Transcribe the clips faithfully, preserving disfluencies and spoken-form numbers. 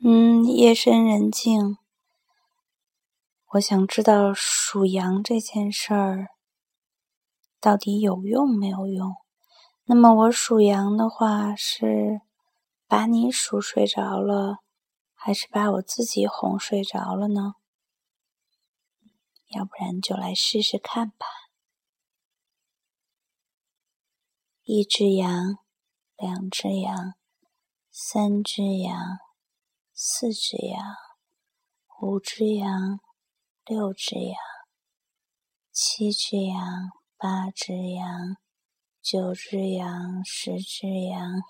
嗯，夜深人静，我想知道数羊这件事儿到底有用没有用？那么我数羊的话，是把你数睡着了，还是把我自己哄睡着了呢？要不然就来试试看吧。一只羊，两只羊，三只羊，四只羊，五只羊，六只羊，七只羊，八只羊，九只羊，十只羊，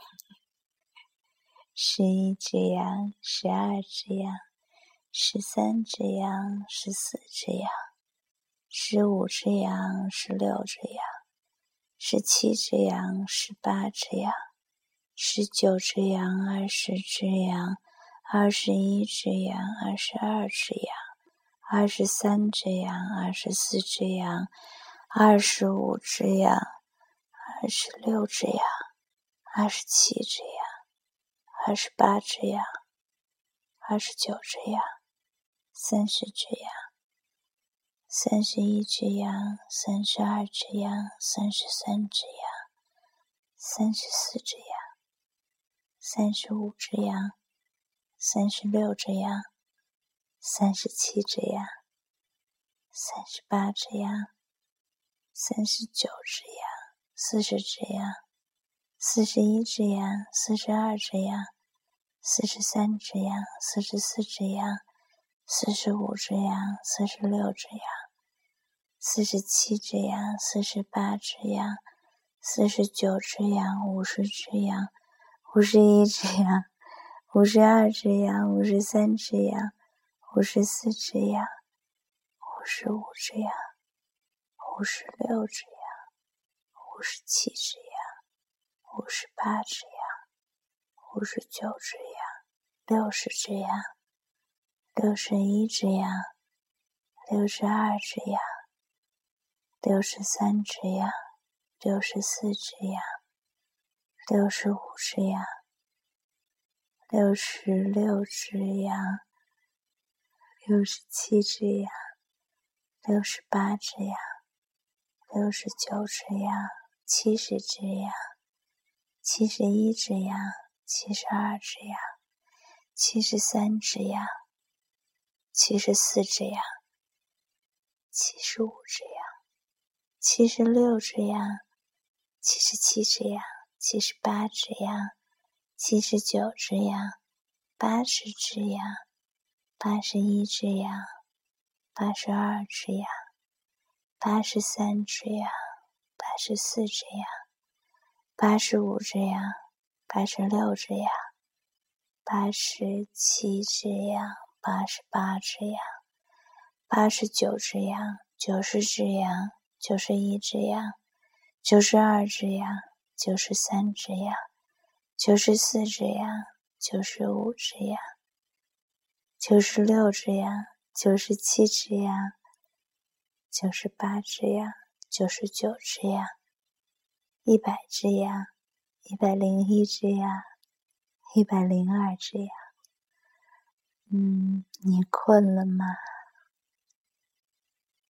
十一只羊，十二只羊，十三只羊，十四只羊，十五只羊，十六只羊，十七只羊，十八只羊，十九只羊，二十只羊，二十一只羊，二十二只羊，二十三只羊，二十四只羊，二十五只羊，二十六只羊，二十七只羊，二十八只羊，二十九只羊，三十只羊，三十一只羊，三十二只羊，三十三只羊，三十四只羊，三十五只羊，三十六只羊，三十七只羊，三十八只羊，三十九只羊，四十只羊，四十一只羊，四十二只羊，四十三只羊，四十四只羊，四十五只羊，四十六只羊，四十七只羊，四十八只羊，四十九只羊，五十只羊，五十一只羊，五十二只羊，五十三只羊，五十四只羊，五十五只羊，五十六只羊，五十七只羊，五十八只羊，五十九只羊，六十只羊，六十一只羊，六十二只羊，六十三只羊，六十四只羊，六十五只羊，六十六只羊，六十七只羊，六十八只羊，六十九只羊，七十只羊，七十一只羊，七十二只羊，七十三只羊，七十四只羊，七十五只羊，七十六只羊，七十七只羊，七十八只羊，七十九只羊，八十只羊，八十一只羊，八十二只羊，八十三只羊，八十四只羊，八十五只羊，八十六只羊，八十七只羊，八十八只羊，八十九只羊，九十只羊，九十一只羊，九十二只羊，九十三只羊，九十四只羊，九十五只羊，九十六只羊，九十七只羊，九十八只羊，九十九只羊，一百只羊，一百零一只羊，一百零二只羊。嗯，你困了吗？